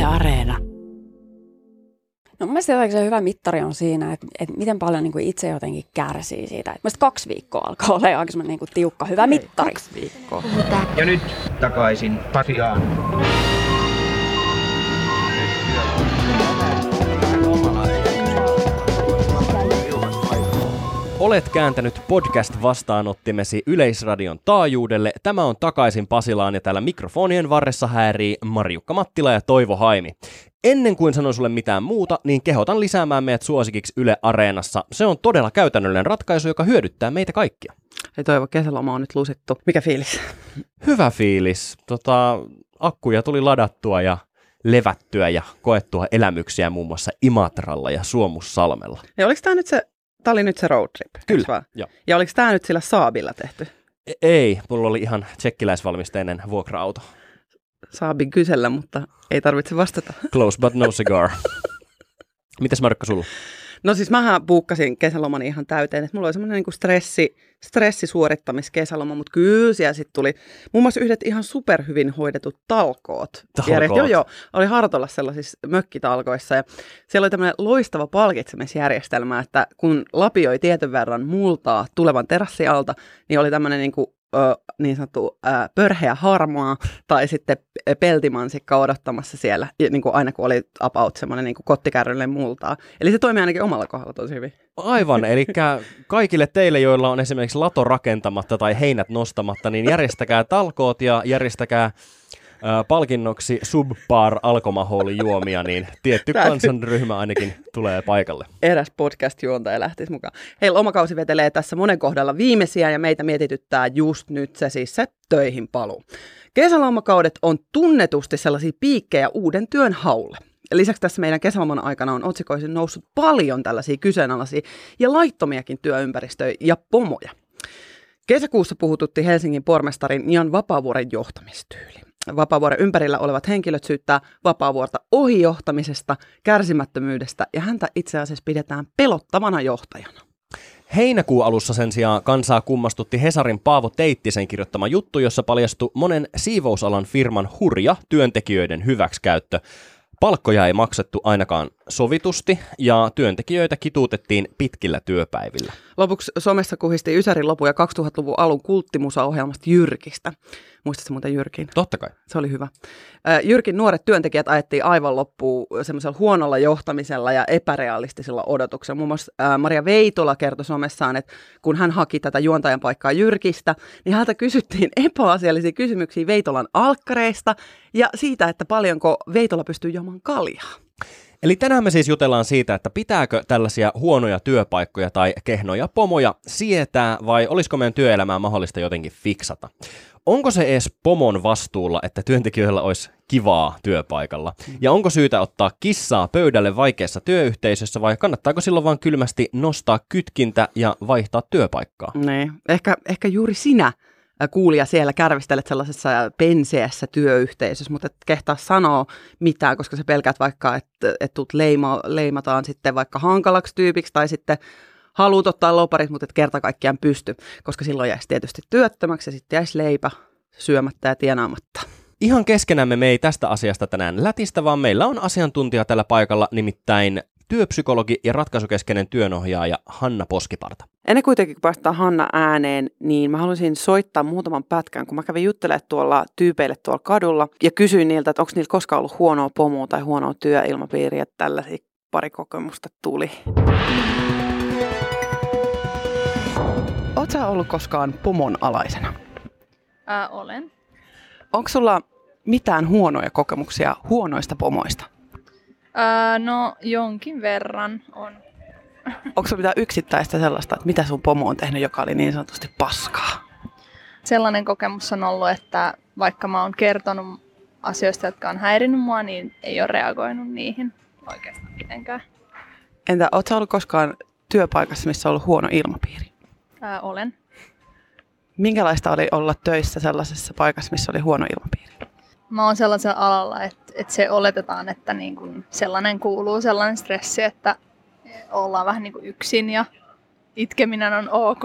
Areena. No mun mielestä jotenkin se hyvä mittari on siinä, että miten paljon niin kuin itse jotenkin kärsii siitä. Mielestäni 2 viikkoa alkaa olla aika semmoinen niin kuin tiukka, hyvä mittari. 2 viikkoa. Ja nyt takaisin Pasiaan. Olet kääntänyt podcast-vastaanottimesi Yleisradion taajuudelle. Tämä on Takaisin Pasilaan ja täällä mikrofonien varressa häärii Marjukka Mattila ja Toivo Haimi. Ennen kuin sanon sulle mitään muuta, niin kehotan lisäämään meidät suosikiksi Yle Areenassa. Se on todella käytännöllinen ratkaisu, joka hyödyttää meitä kaikkia. Hei Toivo, kesäloma on nyt lusittu. Mikä fiilis? Hyvä fiilis. Akkuja tuli ladattua ja levättyä ja koettua elämyksiä muun muassa Imatralla ja Suomussalmella. Ja oliko tämä oli nyt se road trip? Kyllä, joo. Ja oliko tämä nyt sillä Saabilla tehty? Ei, mulla oli ihan tsekkiläisvalmisteinen vuokra-auto. Saabin kysellä, mutta ei tarvitse vastata. Close but no cigar. Mitäs Markka sulla? No siis mähän buukkasin kesälomani ihan täyteen, että mulla oli semmoinen niinku stressisuorittamiskesäloma, mutta kyllä siellä sitten tuli muun muassa yhdet ihan superhyvin hoidetut talkoot. Joo, oli Hartolla sellaisissa mökkitalkoissa ja siellä oli tämmöinen loistava palkitsemisjärjestelmä, että kun lapioi tietyn verran multaa tulevan terassin alta, niin oli tämmöinen niin sanottu pörheä harmaa tai sitten peltimansikka odottamassa siellä, niin kuin aina kun oli about semmoinen niin kottikärryllinen multaa. Eli se toimii ainakin omalla kohdalla tosi hyvin. Aivan, eli kaikille teille, joilla on esimerkiksi lato rakentamatta tai heinät nostamatta, niin järjestäkää talkoot ja järjestäkää palkinnoksi subpar alkoholijuomia, niin tietty kansanryhmä ainakin tulee paikalle. Eräs podcast-juontaja lähtisi mukaan. Hei, lomakausi vetelee tässä monen kohdalla viimeisiä ja meitä mietityttää just nyt se töihin paluu. Kesälomakaudet on tunnetusti sellaisia piikkejä uuden työn haulle. Lisäksi tässä meidän kesäloman aikana on otsikoisin noussut paljon tällaisia kyseenalaisia ja laittomiakin työympäristöjä ja pomoja. Kesäkuussa puhututti Helsingin pormestarin Jan Vapaavuoren johtamistyyli. Vapaavuoren ympärillä olevat henkilöt syyttää Vapaavuorta ohijohtamisesta, kärsimättömyydestä ja häntä itse asiassa pidetään pelottavana johtajana. Heinäkuun alussa sen sijaan kansaa kummastutti Hesarin Paavo Teittisen kirjoittama juttu, jossa paljastui monen siivousalan firman hurja työntekijöiden hyväksikäyttö. Palkkoja ei maksettu ainakaan sovitusti ja työntekijöitä kituutettiin pitkillä työpäivillä. Lopuksi somessa kuhisti Ysärin lopun ja 2000-luvun alun kulttimusa-ohjelmasta Jyrkistä. Muistatko muuten Jyrkin? Totta kai. Se oli hyvä. Jyrkin nuoret työntekijät ajettiin aivan loppuun semmoisella huonolla johtamisella ja epärealistisella odotuksella. Muun muassa Maria Veitola kertoi somessaan, että kun hän haki tätä juontajan paikkaa Jyrkistä, niin häneltä kysyttiin epäasiallisia kysymyksiä Veitolan alkkareista ja siitä, että paljonko Veitola pystyy juomaan kaljaa. Eli tänään me siis jutellaan siitä, että pitääkö tällaisia huonoja työpaikkoja tai kehnoja pomoja sietää vai olisiko meidän työelämää mahdollista jotenkin fiksata? Onko se edes pomon vastuulla, että työntekijöillä olisi kivaa työpaikalla? Ja onko syytä ottaa kissaa pöydälle vaikeassa työyhteisössä vai kannattaako silloin vaan kylmästi nostaa kytkintä ja vaihtaa työpaikkaa? Niin, ehkä juuri sinä kuulija siellä kärvistelet sellaisessa penseässä työyhteisössä, mutta et kehtaa sanoa mitään, koska sä pelkäät vaikka, että leimataan sitten vaikka hankalaksi tyypiksi tai sitten haluat ottaa loparit, mutta et kerta kaikkiaan pysty, koska silloin jäisi tietysti työttömäksi ja sitten jäisi leipä syömättä ja tienaamatta. Ihan keskenämme me ei tästä asiasta tänään lätistä, vaan meillä on asiantuntija tällä paikalla, nimittäin työpsykologi ja ratkaisukeskeinen työnohjaaja Hanna Poskiparta. Ennen kuitenkin, kun päästään Hanna ääneen, niin mä haluaisin soittaa muutaman pätkän, kun mä kävin juttelemaan tuolla tyypeille tuolla kadulla ja kysyin niiltä, että onko niillä koskaan ollut huonoa pomoa tai huonoa työilmapiiriä, että tällaisia pari kokemusta tuli. Oletko sä ollut koskaan pomon alaisena? Olen. Onko sulla mitään huonoja kokemuksia huonoista pomoista? No jonkin verran on. Onko sulla mitään yksittäistä sellaista, että mitä sun pomo on tehnyt, joka oli niin sanotusti paskaa? Sellainen kokemus on ollut, että vaikka mä oon kertonut asioista, jotka on häirinnyt mua, niin ei ole reagoinut niihin oikeastaan mitenkään. Entä ootko sä ollut koskaan työpaikassa, missä on ollut huono ilmapiiri? Olen. Minkälaista oli olla töissä sellaisessa paikassa, missä oli huono ilmapiiri? Mä oon sellaisella alalla, että se oletetaan, että niin kun sellainen kuuluu, sellainen stressi, että ollaan vähän niin kuin yksin ja itkeminen on ok.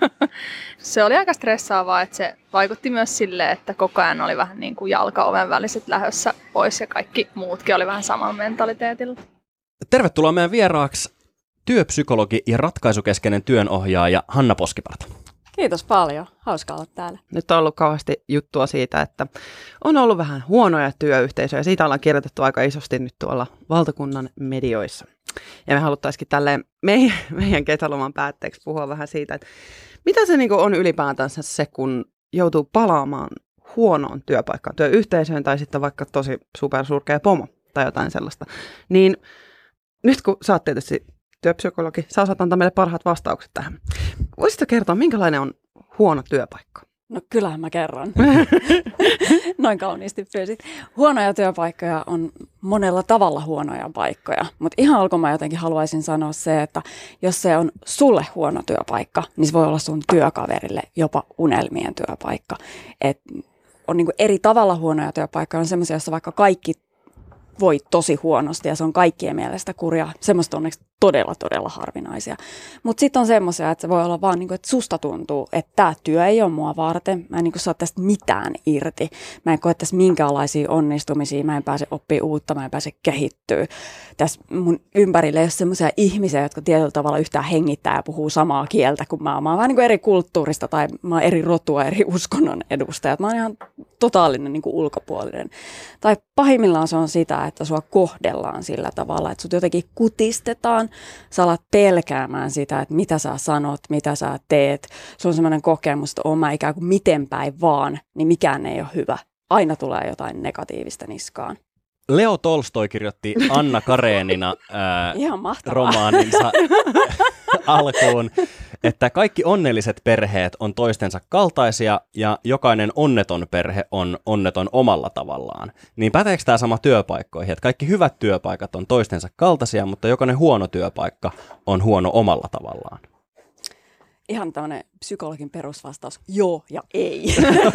Se oli aika stressaavaa, että se vaikutti myös silleen, että koko ajan oli vähän niin kuin jalka-oven väliset lähdössä pois ja kaikki muutkin oli vähän samalla mentaliteetillä. Tervetuloa meidän vieraaksi työpsykologi ja ratkaisukeskeinen työnohjaaja Hanna Poskiparta. Kiitos paljon. Hauska olla täällä. Nyt on ollut kauheasti juttua siitä, että on ollut vähän huonoja työyhteisöjä. Siitä ollaan kirjoitettu aika isosti nyt tuolla valtakunnan medioissa. Ja me haluttaisikin tälleen meidän kesäloman päätteeksi puhua vähän siitä, että mitä se niin kuin on ylipäätänsä se, kun joutuu palaamaan huonoon työpaikkaan, työyhteisöön tai sitten vaikka tosi supersurkea pomo tai jotain sellaista. Niin nyt kun sä oot tietysti työpsykologi, sä osaat antaa meille parhaat vastaukset tähän. Voisitko kertoa, minkälainen on huono työpaikka? No kyllähän mä kerron. Noin kauniisti pyysit. Huonoja työpaikkoja on monella tavalla huonoja paikkoja, mutta ihan alkuun mä jotenkin haluaisin sanoa se, että jos se on sulle huono työpaikka, niin se voi olla sun työkaverille jopa unelmien työpaikka. Et on niinku eri tavalla huonoja työpaikkoja, on semmoisia, joissa vaikka kaikki voi tosi huonosti ja se on kaikkien mielestä kurja. Semmoista onneksi todella harvinaisia. Mutta sitten on semmoisia, että se voi olla vaan, että susta tuntuu, että tämä työ ei ole mua varten. Mä en saa tästä mitään irti. Mä en koe tässä minkäänlaisia onnistumisia. Mä en pääse oppimaan uutta, mä en pääse kehittyä. Tässä mun ympärillä ei ole semmoisia ihmisiä, jotka tietyllä tavalla yhtään hengittää ja puhuu samaa kieltä kuin mä. Mä oon vähän eri kulttuurista tai mä oon eri rotua, eri uskonnon edustajat. Mä oon ihan totaalinen ulkopuolinen. Tai pahimmillaan se on sitä, että sua kohdellaan sillä tavalla, että sut jotenkin kutistetaan. Sä alat pelkäämään sitä, että mitä sä sanot, mitä sä teet. Se on semmoinen kokemus, että oon mä ikään kuin miten päin vaan, niin mikään ei ole hyvä. Aina tulee jotain negatiivista niskaan. Leo Tolstoi kirjoitti Anna Karenina romaaninsa alkuun, että kaikki onnelliset perheet on toistensa kaltaisia ja jokainen onneton perhe on onneton omalla tavallaan. Niin päteekö tämä sama työpaikkoihin, että kaikki hyvät työpaikat on toistensa kaltaisia, mutta jokainen huono työpaikka on huono omalla tavallaan? Ihan tämmöinen psykologin perusvastaus, joo ja ei.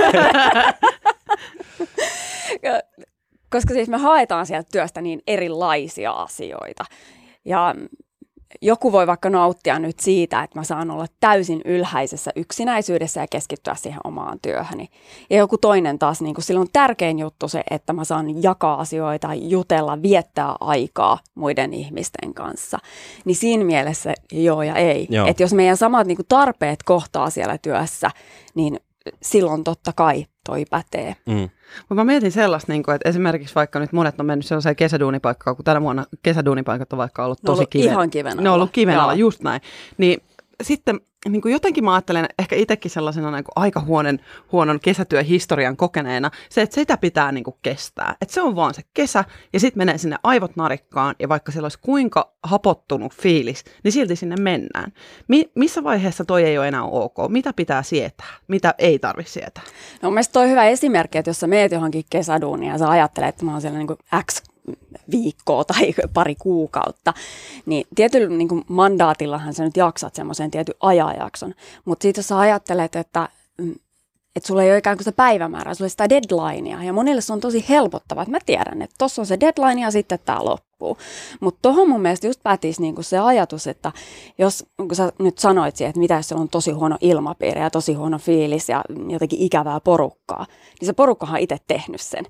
Koska siis me haetaan sieltä työstä niin erilaisia asioita. Ja joku voi vaikka nauttia nyt siitä, että mä saan olla täysin ylhäisessä yksinäisyydessä ja keskittyä siihen omaan työhöni. Ja joku toinen taas, niin kun silloin on tärkein juttu se, että mä saan jakaa asioita, jutella, viettää aikaa muiden ihmisten kanssa. Niin siinä mielessä joo ja ei. Että jos meidän samat niin kun tarpeet kohtaa siellä työssä, niin silloin totta kai toi pätee. Mutta mä mietin sellaista, että esimerkiksi vaikka nyt monet on mennyt sellaiseen kesäduunipaikkaan, kun tänä vuonna kesäduunipaikat on vaikka ollut tosi kiven alla. Ne on ollut kiven alla, just näin. Niin sitten niin kuin jotenkin mä ajattelen, ehkä itsekin sellaisena niin kuin aika huonon kesätyöhistorian kokeneena, se, että sitä pitää niin kuin kestää. Että se on vaan se kesä, ja sitten menee sinne aivot narikkaan, ja vaikka siellä olisi kuinka hapottunut fiilis, niin silti sinne mennään. Missä vaiheessa toi ei ole enää ok? Mitä pitää sietää? Mitä ei tarvitse sietää? No mielestäni toi on hyvä esimerkki, että jos sä meet johonkin kesäduunia ja sä ajattelet, että mä oon siellä niin kuin X viikkoa tai pari kuukautta, niin tietyllä niin kuin mandaatillahan sä nyt jaksat semmoisen tietyn ajanjakson, mutta siitä jos sä ajattelet, että sulla ei ole ikään kuin sitä päivämäärää, sulla ei sitä deadlinea, ja monille se on tosi helpottavaa, että mä tiedän, että tossa on se deadline ja sitten tää loppuu. Mutta tohon mun mielestä just päätisi niinku se ajatus, että jos, kun sä nyt sanoit siihen, että mitä jos siellä on tosi huono ilmapiiri ja tosi huono fiilis ja jotenkin ikävää porukkaa, niin se porukkahan on itse tehnyt sen.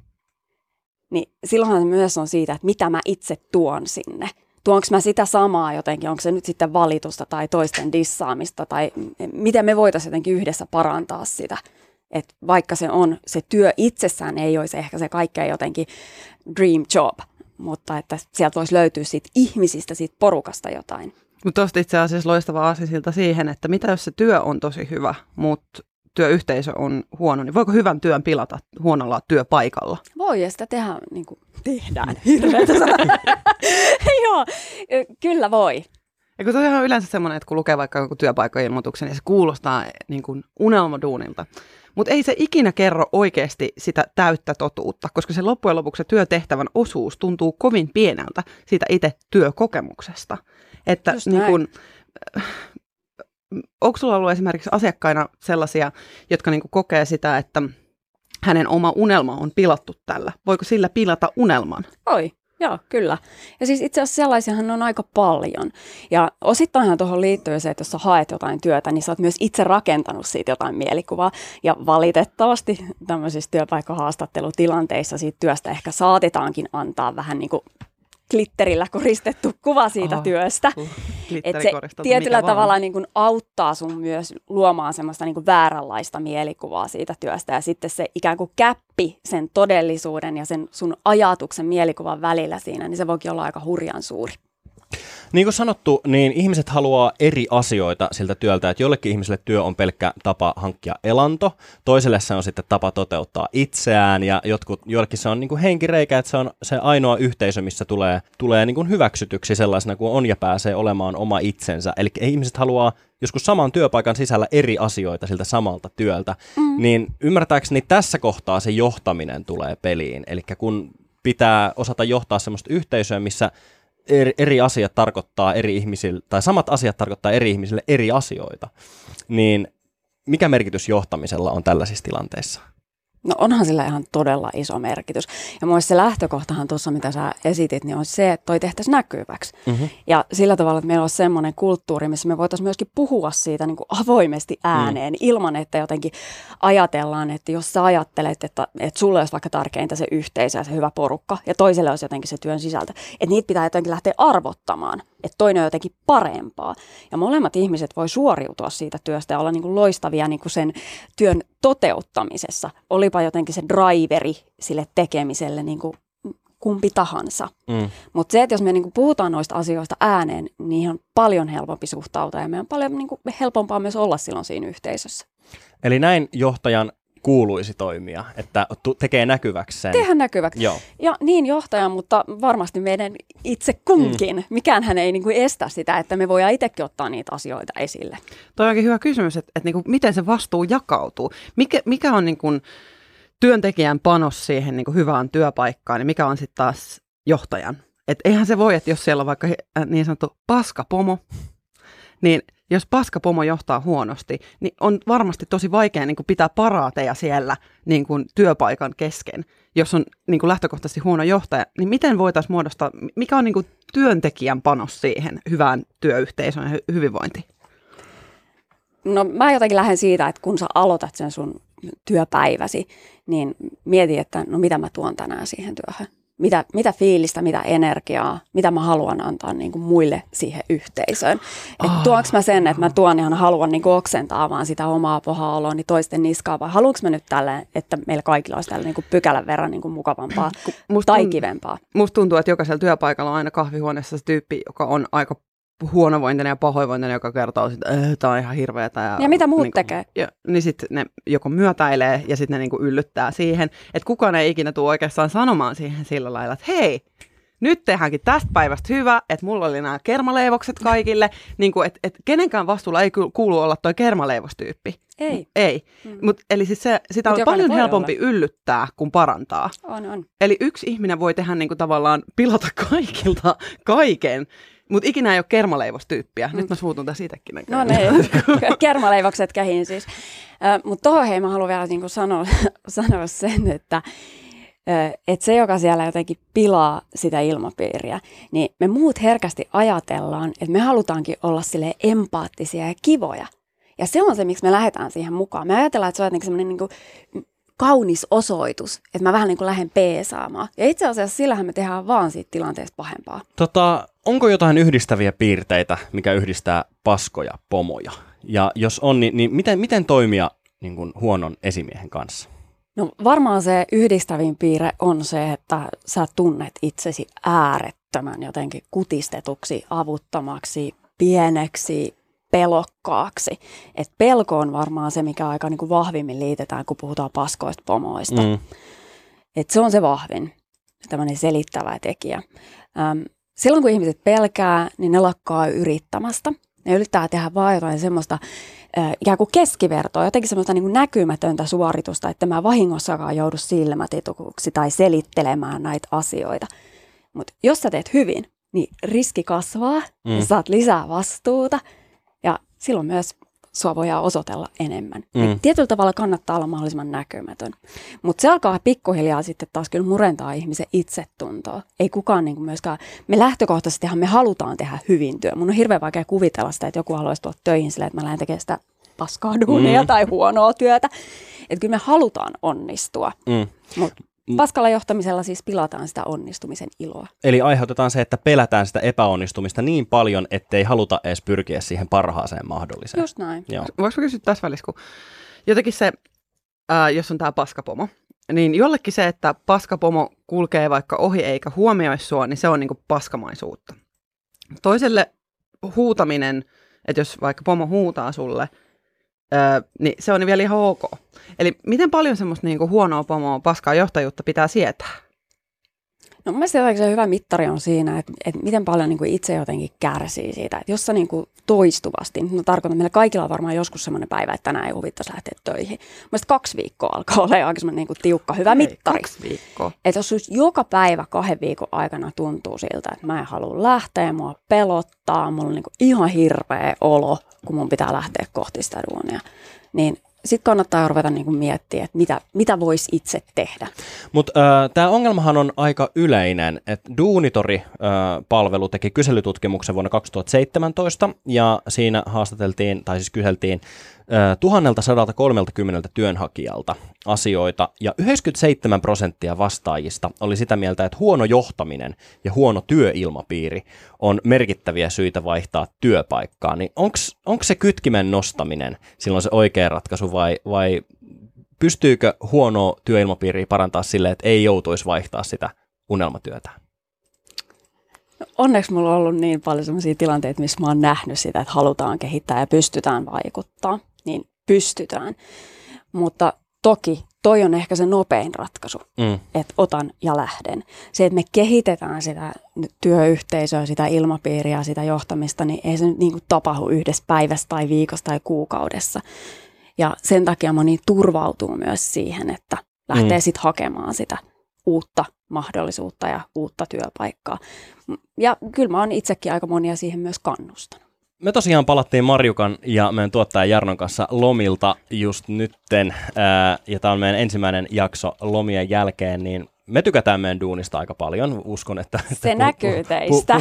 Niin silloinhan myös on siitä, että mitä mä itse tuon sinne. Tuonko mä sitä samaa jotenkin, onko se nyt sitten valitusta tai toisten dissaamista tai miten me voitaisiin jotenkin yhdessä parantaa sitä. Että vaikka se työ itsessään ei olisi ehkä se kaikkein jotenkin dream job, mutta että sieltä voisi löytyä siitä ihmisistä, siitä porukasta jotain. Mutta tuosta itse asiassa loistava aasinsilta siihen, että mitä jos se työ on tosi hyvä, mutta työyhteisö on huono, niin voiko hyvän työn pilata huonolla työpaikalla? Voi, ja sitä tehdään hirveätä. Joo, kyllä voi. Ja kun tosiaan on yleensä semmoinen, että kun lukee vaikka joku työpaikkailmoituksen, niin se kuulostaa niin kuin unelmaduunilta. Mutta ei se ikinä kerro oikeasti sitä täyttä totuutta, koska se loppujen lopuksi se työtehtävän osuus tuntuu kovin pieneltä siitä itse työkokemuksesta. Että niin kun, onko sulla ollut esimerkiksi asiakkaina sellaisia, jotka niin kun kokee sitä, että hänen oma unelma on pilattu tällä? Voiko sillä pilata unelman? Joo, kyllä. Ja siis itse asiassa sellaisiahan on aika paljon. Ja osittainhan tuohon liittyy se, että jos sä haet jotain työtä, niin sä oot myös itse rakentanut siitä jotain mielikuvaa. Ja valitettavasti tämmöisissä työpaikkahaastattelutilanteissa siitä työstä ehkä saatetaankin antaa vähän niin kuin glitterillä koristettu kuva siitä työstä. Että se tietyllä tavalla niin kuin auttaa sun myös luomaan semmoista niin kuin vääränlaista mielikuvaa siitä työstä. Ja sitten se ikään kuin käppi sen todellisuuden ja sen sun ajatuksen mielikuvan välillä siinä, niin se voikin olla aika hurjan suuri. Niin kuin sanottu, niin ihmiset haluaa eri asioita siltä työltä, että jollekin ihmiselle työ on pelkkä tapa hankkia elanto, toiselle se on sitten tapa toteuttaa itseään ja joillekin se on niin kuin henkireikä, että se on se ainoa yhteisö, missä tulee niin kuin hyväksytyksi sellaisena kuin on ja pääsee olemaan oma itsensä. Eli ihmiset haluaa joskus saman työpaikan sisällä eri asioita siltä samalta työltä, niin ymmärtääkseni tässä kohtaa se johtaminen tulee peliin. Eli kun pitää osata johtaa semmoista yhteisöä, missä eri asiat tarkoittaa eri ihmisille, tai samat asiat tarkoittaa eri ihmisille eri asioita, niin mikä merkitys johtamisella on tällaisissa tilanteissa? No onhan sillä ihan todella iso merkitys. Ja mun se lähtökohtahan tuossa, mitä sä esitit, niin on se, että toi tehtäisiin näkyväksi. Mm-hmm. Ja sillä tavalla, että meillä on semmoinen kulttuuri, missä me voitaisiin myöskin puhua siitä niin kuin avoimesti ääneen, ilman että jotenkin ajatellaan, että jos sä ajattelet, että sulle olisi vaikka tärkeintä se yhteisö ja se hyvä porukka, ja toiselle olisi jotenkin se työn sisältö, että niitä pitää jotenkin lähteä arvottamaan, että toinen on jotenkin parempaa. Ja molemmat ihmiset voi suoriutua siitä työstä ja olla niin kuin loistavia niin kuin sen työn toteuttamisessa. Olipa jotenkin se driveri sille tekemiselle niin kuin kumpi tahansa. Mutta se, että jos me niin kuin puhutaan noista asioista ääneen, niin on paljon helpompi suhtautua ja meidän on paljon niin kuin helpompaa myös olla silloin siinä yhteisössä. Eli näin johtajan kuuluisi toimia, että tekee näkyväksi sen. Tehdään näkyväksi. Joo. Ja niin johtajan, mutta varmasti meidän itse kunkin. Mikäänhän ei niin kuin estä sitä, että me voidaan itsekin ottaa niitä asioita esille. Toi onkin hyvä kysymys, että niin kuin miten se vastuu jakautuu. Mikä on niin kuin työntekijän panos siihen niin kuin hyvään työpaikkaan, niin mikä on sitten taas johtajan? Et eihän se voi, että jos siellä on vaikka niin sanottu paskapomo, niin jos paskapomo johtaa huonosti, niin on varmasti tosi vaikea niin kuin pitää paraateja siellä niin kuin työpaikan kesken. Jos on niin kuin lähtökohtaisesti huono johtaja, niin miten voitaisiin muodostaa, mikä on niin kuin työntekijän panos siihen hyvään työyhteisöön ja hyvinvointiin? No mä jotenkin lähden siitä, että kun sä aloitat sen sun työpäiväsi, niin mieti, että no mitä mä tuon tänään siihen työhön. Mitä fiilistä, mitä energiaa, mitä mä haluan antaa niin kuin muille siihen yhteisöön. Että tuonko mä sen, että mä tuon ihan haluan niin kuin oksentaa vaan sitä omaa pahaa oloani toisten niskaa, vai haluanko mä nyt tälleen, että meillä kaikilla olisi tällä niin kuin pykälän verran niin kuin mukavampaa tai kivempaa? Musta tuntuu, että jokaisella työpaikalla on aina kahvihuoneessa se tyyppi, joka on aika huonovointinen ja pahoinvointinen, joka kertoo, että tämä on ihan hirveätä. Ja mitä muut niin tekee? Niin sitten ne joko myötäilee ja sitten ne niin yllyttää siihen, että kukaan ei ikinä tule oikeastaan sanomaan siihen sillä lailla, että hei, nyt tehdäänkin tästä päivästä hyvä, että mulla oli nämä kermaleivokset kaikille, niin kuin, että kenenkään vastuulla ei kuulu olla toi kermaleivostyyppi. Ei. Eli siis sitä on paljon helpompi yllyttää kuin parantaa. On. Eli yksi ihminen voi tehdä niin kuin tavallaan pilata kaikilta kaiken, mutta ikinä ei ole kermaleivostyyppiä. Nyt mä suutun tässä itsekin. No niin, kermaleivokset kähin siis. Mutta tuohon hei mä haluan vielä niinku sanoa sen, että se, joka siellä jotenkin pilaa sitä ilmapiiriä, niin me muut herkästi ajatellaan, että me halutaankin olla sille empaattisia ja kivoja. Ja se on se, miksi me lähdetään siihen mukaan. Me ajatellaan, että se on jotenkin semmoinen niinku kaunis osoitus, että mä vähän niin kuin lähden peesaamaan. Ja itse asiassa sillähän me tehdään vaan siitä tilanteesta pahempaa. Onko jotain yhdistäviä piirteitä, mikä yhdistää paskoja pomoja? Ja jos on, niin miten toimia niin kuin huonon esimiehen kanssa? No varmaan se yhdistävin piirre on se, että sä tunnet itsesi äärettömän jotenkin kutistetuksi, avuttomaksi, pieneksi, pelokkaaksi. Et pelko on varmaan se, mikä aika niin kuin vahvimmin liitetään, kun puhutaan paskoista pomoista. Et se on se vahvin, tämmöinen selittävä tekijä. Silloin kun ihmiset pelkää, niin ne lakkaa yrittämästä. Ne yrittää tehdä vaan jotain semmoista ikään kuin keskivertoa, jotenkin semmoista niin kuin näkymätöntä suoritusta, että mä vahingossakaan joudu silmätitukuksi tai selittelemään näitä asioita. Mutta jos sä teet hyvin, niin riski kasvaa, ja saat lisää vastuuta. Ja silloin myös sua voidaan osoitella enemmän. Tietyllä tavalla kannattaa olla mahdollisimman näkymätön. Mutta se alkaa pikkuhiljaa sitten taas kyllä murentaa ihmisen itsetuntoa. Ei kukaan niin kuin myöskään, me lähtökohtaisestihan me halutaan tehdä hyvin työ. Mun on hirveän vaikea kuvitella sitä, että joku haluaisi tulla töihin silleen, että mä lähden tekemään sitä paskaa duunia tai huonoa työtä. Että kyllä me halutaan onnistua, mutta paskalla johtamisella siis pilataan sitä onnistumisen iloa. Eli aiheutetaan se, että pelätään sitä epäonnistumista niin paljon, ettei haluta edes pyrkiä siihen parhaaseen mahdolliseen. Just näin. Joo. Voisiko kysyä tässä välissä, kun jotenkin se, jos on tämä paskapomo, niin jollekin se, että paskapomo kulkee vaikka ohi eikä huomioi sua, niin se on niinku paskamaisuutta. Toiselle huutaminen, että jos vaikka pomo huutaa sulle, niin se on vielä ihan ok. Eli miten paljon semmoista niinku huonoa pomoa, paskaa johtajuutta pitää sietää? No mun mielestä jotenkin se hyvä mittari on siinä, että miten paljon niin kuin itse jotenkin kärsii siitä. Että jos sä niin kuin toistuvasti, no tarkoitan, että meillä kaikilla on varmaan joskus semmoinen päivä, että tänään ei huvittaisi lähteä töihin. Mun mielestä 2 viikkoa alkaa olla aika semmoinen niin kuin tiukka, hyvä mittari. 2 viikkoa. Että jos joka päivä 2 viikon aikana tuntuu siltä, että mä en halua lähteä, mua pelottaa, mulla on niin kuin ihan hirveä olo, kun mun pitää lähteä kohti sitä duunia, niin sitten kannattaa ruveta niinku miettiä, että mitä voisi itse tehdä. Mutta tämä ongelmahan on aika yleinen, että Duunitori-palvelu teki kyselytutkimuksen vuonna 2017 ja siinä haastateltiin, tai siis kyseltiin 1130 työnhakijalta asioita ja 97% vastaajista oli sitä mieltä, että huono johtaminen ja huono työilmapiiri on merkittäviä syitä vaihtaa työpaikkaa. Niin onko se kytkimen nostaminen silloin se oikea ratkaisu vai pystyykö huonoa työilmapiiriä parantaa sille, että ei joutuisi vaihtaa sitä unelmatyötä? Onneksi mulla on ollut niin paljon sellaisia tilanteita, missä mä oon nähnyt sitä, että halutaan kehittää ja pystytään vaikuttaa, niin pystytään. Mutta toki toi on ehkä se nopein ratkaisu, että otan ja lähden. Se, että me kehitetään sitä työyhteisöä, sitä ilmapiiriä, sitä johtamista, niin ei se nyt niin kuin tapahdu yhdessä päivässä tai viikossa tai kuukaudessa. Ja sen takia moni turvautuu myös siihen, että lähtee sitten hakemaan sitä uutta mahdollisuutta ja uutta työpaikkaa. Ja kyllä mä oon itsekin aika monia siihen myös kannustanut. Me tosiaan palattiin Marjukan ja meidän tuottajan Jarnon kanssa lomilta just nytten, ja tämä on meidän ensimmäinen jakso lomien jälkeen, niin me tykätään meidän duunista aika paljon. Uskon, että se näkyy teistä.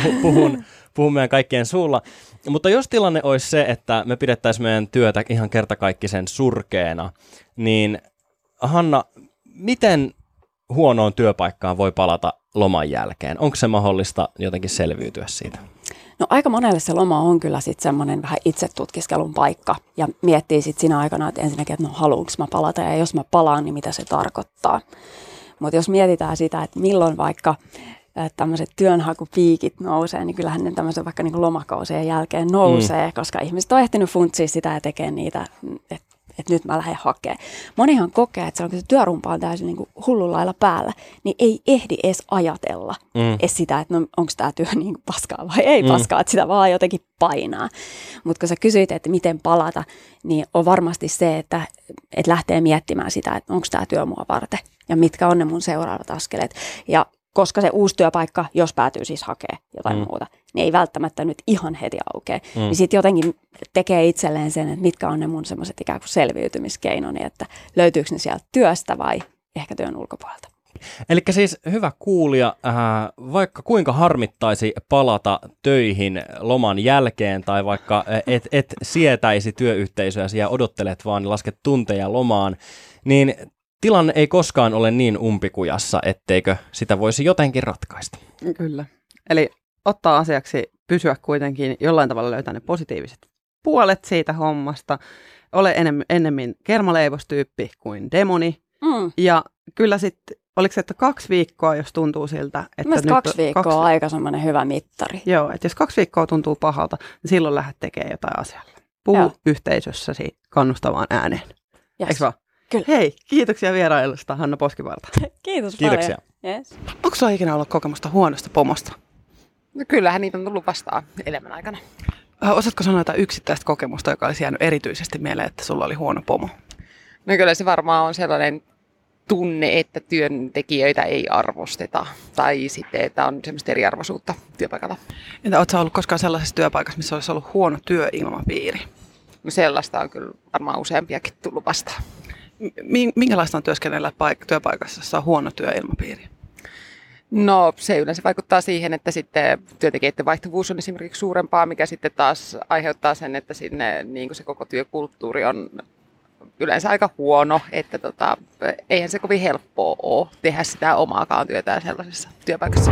Puhun meidän kaikkien suulla. Mutta jos tilanne olisi se, että me pidettäisiin meidän työtä ihan kertakaikkisen surkeena, niin Hanna, miten huonoon työpaikkaan voi palata loman jälkeen? Onko se mahdollista jotenkin selviytyä siitä? No aika monelle se loma on kyllä sitten semmoinen vähän itsetutkiskelun paikka ja miettii sitten siinä aikana, että ensinnäkin, että no haluanko mä palata ja jos mä palaan, niin mitä se tarkoittaa. Mutta jos mietitään sitä, että milloin vaikka tämmöiset työnhakupiikit nousee, niin kyllähän ne tämmöisen vaikka niin lomakausien jälkeen nousee, koska ihmiset on ehtinyt funtsia sitä ja tekee niitä, että nyt mä lähden hakemaan. Monihan kokee, että silloin kun se työrumpa on täysin niin hullun lailla päällä, niin ei ehdi edes ajatella edes sitä, että no, onko tämä työ niin paskaa vai ei paskaa, että sitä vaan jotenkin painaa. Mutta kun sä kysyit, että miten palata, niin on varmasti se, että lähtee miettimään sitä, että onko tämä työ mua varten ja mitkä on ne mun seuraavat askeleet. Ja koska se uusi työpaikka, jos päätyy siis hakemaan jotain muuta, niin ei välttämättä nyt ihan heti aukea. Niin sitten jotenkin tekee itselleen sen, että mitkä on ne mun semmoiset ikään kuin selviytymiskeinoni, että löytyykö ne sieltä työstä vai ehkä työn ulkopuolelta. Eli siis hyvä kuulija, vaikka kuinka harmittaisi palata töihin loman jälkeen tai vaikka et sietäisi työyhteisöäsi ja odottelet vaan lasket tunteja lomaan, niin tilanne ei koskaan ole niin umpikujassa, etteikö sitä voisi jotenkin ratkaista. Kyllä. Eli ottaa asiaksi pysyä kuitenkin jollain tavalla löytää ne positiiviset puolet siitä hommasta. Ole ennemmin kermaleivostyyppi kuin demoni. Ja kyllä sitten, oliko se, että 2 viikkoa, jos tuntuu siltä, että nyt 2 viikkoa on aika semmoinen hyvä mittari. Joo, että jos 2 viikkoa tuntuu pahalta, niin silloin lähdet tekemään jotain asialle. Puhu yhteisössäsi kannustavaan ääneen. Yes. Eikö vaan? Kyllä. Hei, kiitoksia vierailusta, Hanna Poskiparta. Kiitoksia. Yes. Onko sulla ikinä ollut kokemusta huonosta pomosta? No kyllähän niitä on tullut vastaan elämän aikana. Osaatko sanoa jotain yksittäistä kokemusta, joka olisi jäänyt erityisesti mieleen, että sulla oli huono pomo? No kyllä se varmaan on sellainen tunne, että työntekijöitä ei arvosteta. Tai sitten, että on semmoista eriarvoisuutta työpaikalla. Entä oletko ollut koskaan sellaisessa työpaikassa, missä olisi ollut huono työilmapiiri? sellaista on kyllä varmaan useampiakin tullut vastaan. Minkälaista on työskennellä työpaikassa, jossa on huono työilmapiiri? No se yleensä vaikuttaa siihen, että sitten työntekijöiden vaihtuvuus on esimerkiksi suurempaa, mikä sitten taas aiheuttaa sen, että sinne niin kuin se koko työkulttuuri on yleensä aika huono, että eihän se kovin helppoa ole tehdä sitä omaakaan työtään sellaisessa työpaikassa.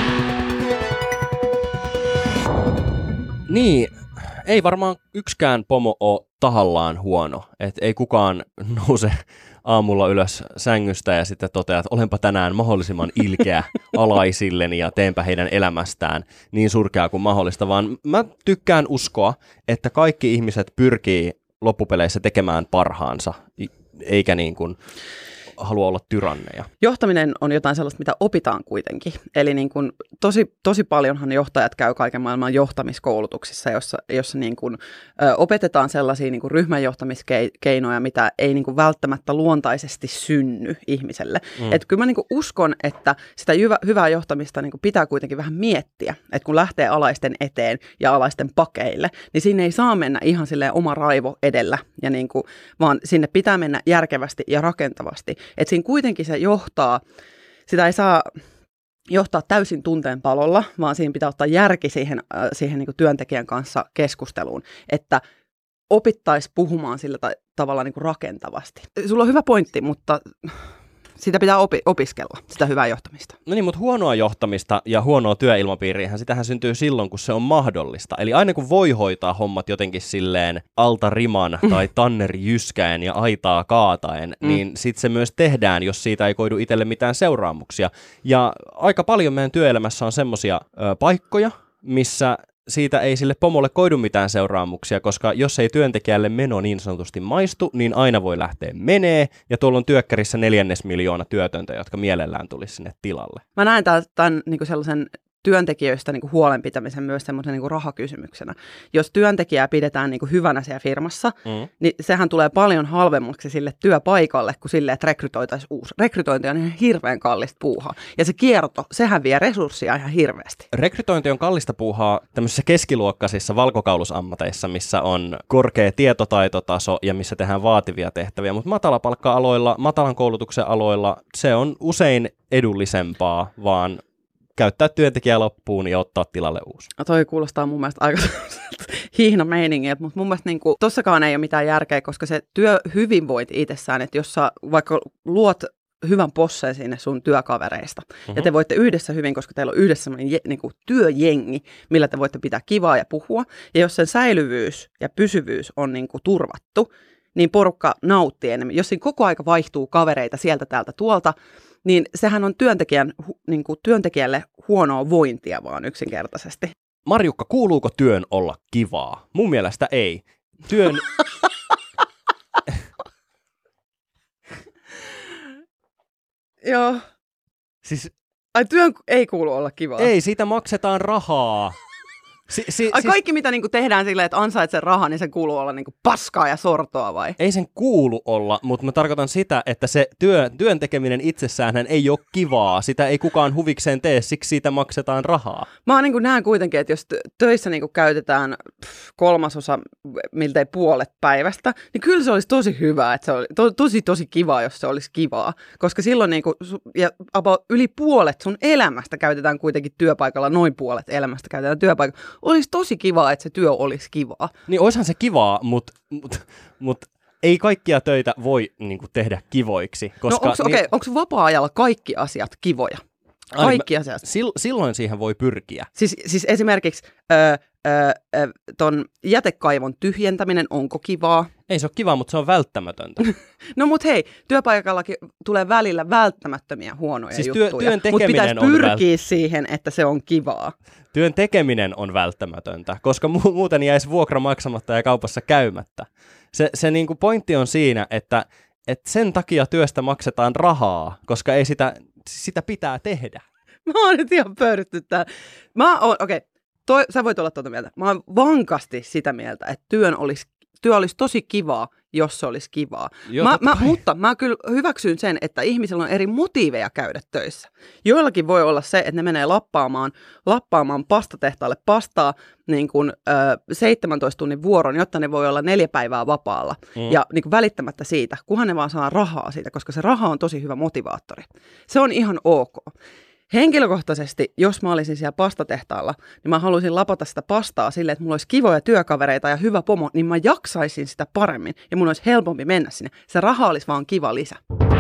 Niin, ei varmaan yksikään pomo ole tahallaan huono. Et ei kukaan nouse aamulla ylös sängystä ja sitten toteaa, että olenpa tänään mahdollisimman ilkeä alaisilleni ja teenpä heidän elämästään niin surkeaa kuin mahdollista, vaan mä tykkään uskoa, että kaikki ihmiset pyrkii loppupeleissä tekemään parhaansa, eikä niin kuin halua olla tyranneja. Johtaminen on jotain sellaista, mitä opitaan kuitenkin. Eli niin kuin tosi paljonhan johtajat käy kaiken maailman johtamiskoulutuksissa, jossa niin kuin, opetetaan sellaisia niin kuin ryhmänjohtamiskeinoja, mitä ei niin kuin välttämättä luontaisesti synny ihmiselle. Että kyllä mä niin kuin uskon, että sitä hyvää johtamista niin kuin pitää kuitenkin vähän miettiä. Että kun lähtee alaisten eteen ja alaisten pakeille, niin sinne ei saa mennä ihan silleen oma raivo edellä, ja niin kuin, vaan sinne pitää mennä järkevästi ja rakentavasti. Että siinä kuitenkin se sitä ei saa johtaa täysin tunteenpalolla, vaan siinä pitää ottaa järki siihen niin kuin työntekijän kanssa keskusteluun, että opittaisi puhumaan sillä tavalla niin kuin rakentavasti. Sulla on hyvä pointti, mutta sitä pitää opiskella, sitä hyvää johtamista. No niin, mutta huonoa johtamista ja huonoa työilmapiiriä, sitähän syntyy silloin, kun se on mahdollista. Eli aina kun voi hoitaa hommat jotenkin silleen alta riman tai tanneri jyskäen ja aitaa kaataen, niin sitten se myös tehdään, jos siitä ei koidu itselle mitään seuraamuksia. Ja aika paljon meidän työelämässä on semmoisia paikkoja, missä siitä ei sille pomolle koidu mitään seuraamuksia, koska jos ei työntekijälle meno niin sanotusti maistu, niin aina voi lähteä menee, ja tuolla on työkkärissä 400 000 työtöntä, jotka mielellään tulisi sinne tilalle. Mä näen tämän niin kuin sellaisen työntekijöistä niin kuin huolenpitämisen myös semmoisen niin kuin rahakysymyksenä. Jos työntekijää pidetään niin kuin hyvänä siellä firmassa, niin sehän tulee paljon halvemmaksi sille työpaikalle kuin sille, että rekrytoitaisiin uusi. Rekrytointi on ihan hirveän kallista puuhaa. Ja se kierto, sehän vie resursseja ihan hirveästi. Rekrytointi on kallista puuhaa tämmöisissä keskiluokkaisissa valkokaulusammateissa, missä on korkea tietotaitotaso ja missä tehdään vaativia tehtäviä. Mutta matalapalkka-aloilla, matalan koulutuksen aloilla se on usein edullisempaa, vaan käyttää työntekijää loppuun ja ottaa tilalle uusi. Toi kuulostaa mun mielestä aika hihnameiningiltä, mutta mun mielestä niin tossakaan ei ole mitään järkeä, koska se työhyvinvointi itsessään, että jos sä vaikka luot hyvän posseen sinne sun työkavereista, ja te voitte yhdessä hyvin, koska teillä on yhdessä niin kuin työjengi, millä te voitte pitää kivaa ja puhua, ja jos sen säilyvyys ja pysyvyys on niin kuin turvattu, niin porukka nauttii enemmän. Jos siinä koko aika vaihtuu kavereita sieltä täältä tuolta, niin sehän on työntekijälle huonoa vointia vaan yksinkertaisesti. Marjukka, kuuluuko työn olla kivaa? Mun mielestä ei. Työn... Joo. Siis... Ai työn ei kuulu olla kivaa? Ei, siitä maksetaan rahaa. Kaikki, mitä niinku tehdään silleen, että ansaitsee rahaa, niin se kuuluu olla niinku paskaa ja sortoa vai? Ei sen kuulu olla, mutta mä tarkoitan sitä, että se työn tekeminen itsessään ei ole kivaa. Sitä ei kukaan huvikseen tee, siksi siitä maksetaan rahaa. Mä niinku näen kuitenkin, että jos töissä niinku käytetään 1/3, miltei puolet päivästä, niin kyllä se olisi tosi hyvä, että se oli tosi kivaa, jos se olisi kivaa. Koska silloin niinku, ja yli puolet sun elämästä käytetään kuitenkin työpaikalla, noin puolet elämästä käytetään työpaikalla. Olisi tosi kivaa, että se työ olisi kivaa. Niin olisihan se kivaa, mutta ei kaikkia töitä voi niinku tehdä kivoiksi. Koska no onko vapaa-ajalla kaikki asiat kivoja? Kaikki asiat. Silloin siihen voi pyrkiä. Siis esimerkiksi ton jätekaivon tyhjentäminen, onko kivaa? Ei se ole kivaa, mutta se on välttämätöntä. No mut hei, työpaikallakin tulee välillä välttämättömiä huonoja juttuja, mutta pitäisi pyrkiä siihen, että se on kivaa. Työn tekeminen on välttämätöntä, koska muuten jäisi vuokra maksamatta ja kaupassa käymättä. Se niinku pointti on siinä, että sen takia työstä maksetaan rahaa, koska ei sitä pitää tehdä. Mä oon nyt ihan pöyrytty täällä. Sä voit olla tuota mieltä. Mä oon vankasti sitä mieltä, että työ olisi tosi kivaa, jos se olisi kivaa. Joo, Mutta mä kyllä hyväksyn sen, että ihmisillä on eri motiiveja käydä töissä. Joillakin voi olla se, että ne menee lappaamaan pastatehtaalle pastaa niin kuin, 17 tunnin vuoron, jotta ne voi olla 4 päivää vapaalla. Ja niin kuin välittämättä siitä, kunhan ne vaan saa rahaa siitä, koska se raha on tosi hyvä motivaattori. Se on ihan ok. Henkilökohtaisesti, jos mä olisin siellä pastatehtaalla, niin mä haluaisin lapata sitä pastaa silleen, että mulla olisi kivoja työkavereita ja hyvä pomo, niin mä jaksaisin sitä paremmin ja mun olisi helpompi mennä sinne. Se raha olisi vaan kiva lisä.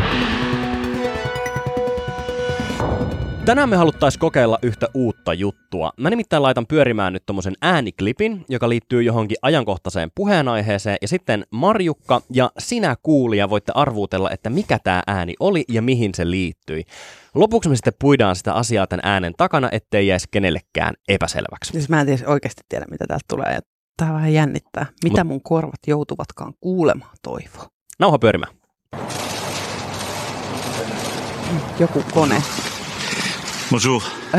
Tänään me haluttaisiin kokeilla yhtä uutta juttua. Mä nimittäin laitan pyörimään nyt tommosen ääniklipin, joka liittyy johonkin ajankohtaiseen puheenaiheeseen, ja sitten Marjukka ja sinä kuulija voitte arvuutella, että mikä tää ääni oli ja mihin se liittyi. Lopuksi me sitten puidaan sitä asiaa tämän äänen takana, ettei jäisi kenellekään epäselväksi. Siis mä en oikeasti tiedä, mitä täältä tulee. Tää vähän jännittää. Mitä mun korvat joutuvatkaan kuulemaan, Toivo? Nauha pyörimään. Joku kone. Bonjour.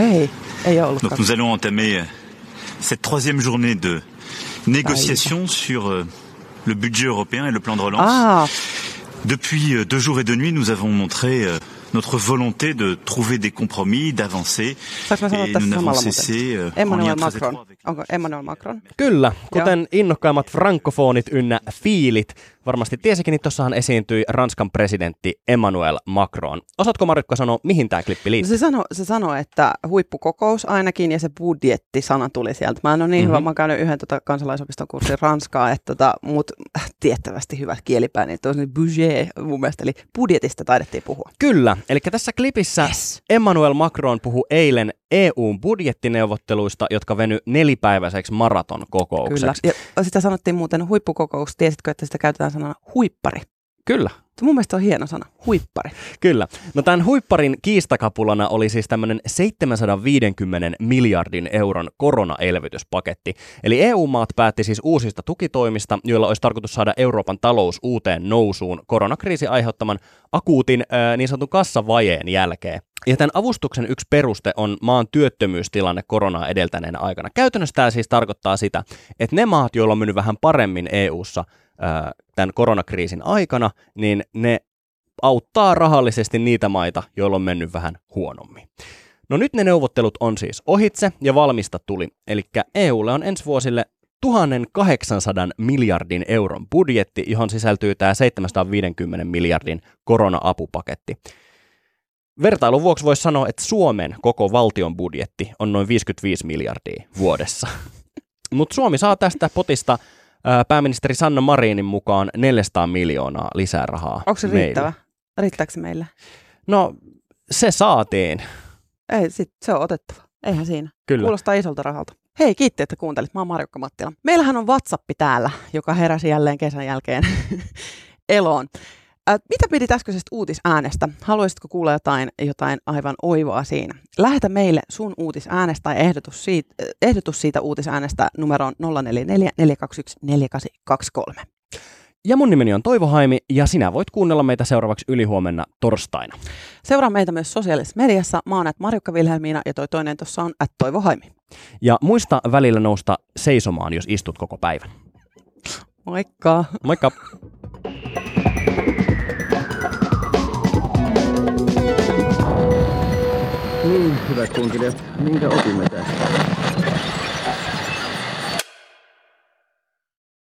Ei ole Donc nous allons entamer cette 3e journée de négociation sur le budget européen et le plan de relance. Depuis 2 jours et 2 nuits, nous avons montré notre volonté de trouver des compromis, d'avancer. Et nous n'avons cessé en lien très étroit avec... Onko Emmanuel Macron? Kyllä, kuten innokkaimmat frankofonit ynnä fiilit varmasti tiesikin, niin tuossahan esiintyi Ranskan presidentti Emmanuel Macron. Osaatko Marjukka sanoa, mihin tämä klippi liittyy? Se sanoi, että huippukokous ainakin ja se budjetti-sana tuli sieltä. Mä en ole niin hyvä, mä oon käynyt yhden kansalaisopiston kurssin ranskaa, että mut tiettävästi hyvä kielipää, niin tosi budget mun mielestä, eli budjetista taidettiin puhua. Kyllä, eli tässä klipissä Emmanuel Macron puhui eilen EUn budjettineuvotteluista, jotka veny 4-päiväiseksi maratonkokoukseksi. Kyllä, ja sitä sanottiin muuten huippukokous. Tiesitkö, että sitä käytetään sanana huippari? Kyllä. Mun mielestä on hieno sana, huippari. Kyllä. No tämän huipparin kiistakapulana oli siis tämmöinen 750 miljardin euron koronaelvytyspaketti. Eli EU-maat päätti siis uusista tukitoimista, joilla olisi tarkoitus saada Euroopan talous uuteen nousuun koronakriisin aiheuttaman akuutin niin sanotun kassavajeen jälkeen. Ja tämän avustuksen yksi peruste on maan työttömyystilanne koronaa edeltäneenä aikana. Käytännössä tämä siis tarkoittaa sitä, että ne maat, joilla on mennyt vähän paremmin EU:ssa tämän koronakriisin aikana, niin ne auttaa rahallisesti niitä maita, joilla on mennyt vähän huonommin. No nyt ne neuvottelut on siis ohitse ja valmista tuli. Eli EUlle on ensi vuosille 1800 miljardin euron budjetti, johon sisältyy tämä 750 miljardin korona-apupaketti. Vertailun vuoksi voisi sanoa, että Suomen koko valtion budjetti on noin 55 miljardia vuodessa. Mutta Suomi saa tästä potista pääministeri Sanna Marinin mukaan 400 miljoonaa lisää rahaa. Onko se riittävä? Riittääkö se meille? No, se saatiin. Ei, se on otettava. Eihän siinä. Kyllä. Kuulostaa isolta rahalta. Hei, kiitti, että kuuntelit. Mä oon Marjukka Mattila. Meillähän on WhatsApp täällä, joka heräsi jälleen kesän jälkeen eloon. Mitä pidit äskeisestä uutisäänestä? Haluaisitko kuulla jotain aivan oivaa siinä? Lähetä meille sun uutisäänestä tai ehdotus siitä uutisäänestä numeroon 044 421 4823. Ja mun nimeni on Toivo Haimi, ja sinä voit kuunnella meitä seuraavaksi ylihuomenna torstaina. Seuraa meitä myös sosiaalisessa mediassa. Mä oon Marjukka Vilhelmiina ja toi toinen tuossa on @Toivo Haimi. Ja muista välillä nousta seisomaan, jos istut koko päivän. Moikka! Moikka! Hyvät kuuntelijat, minkä opimme tästä?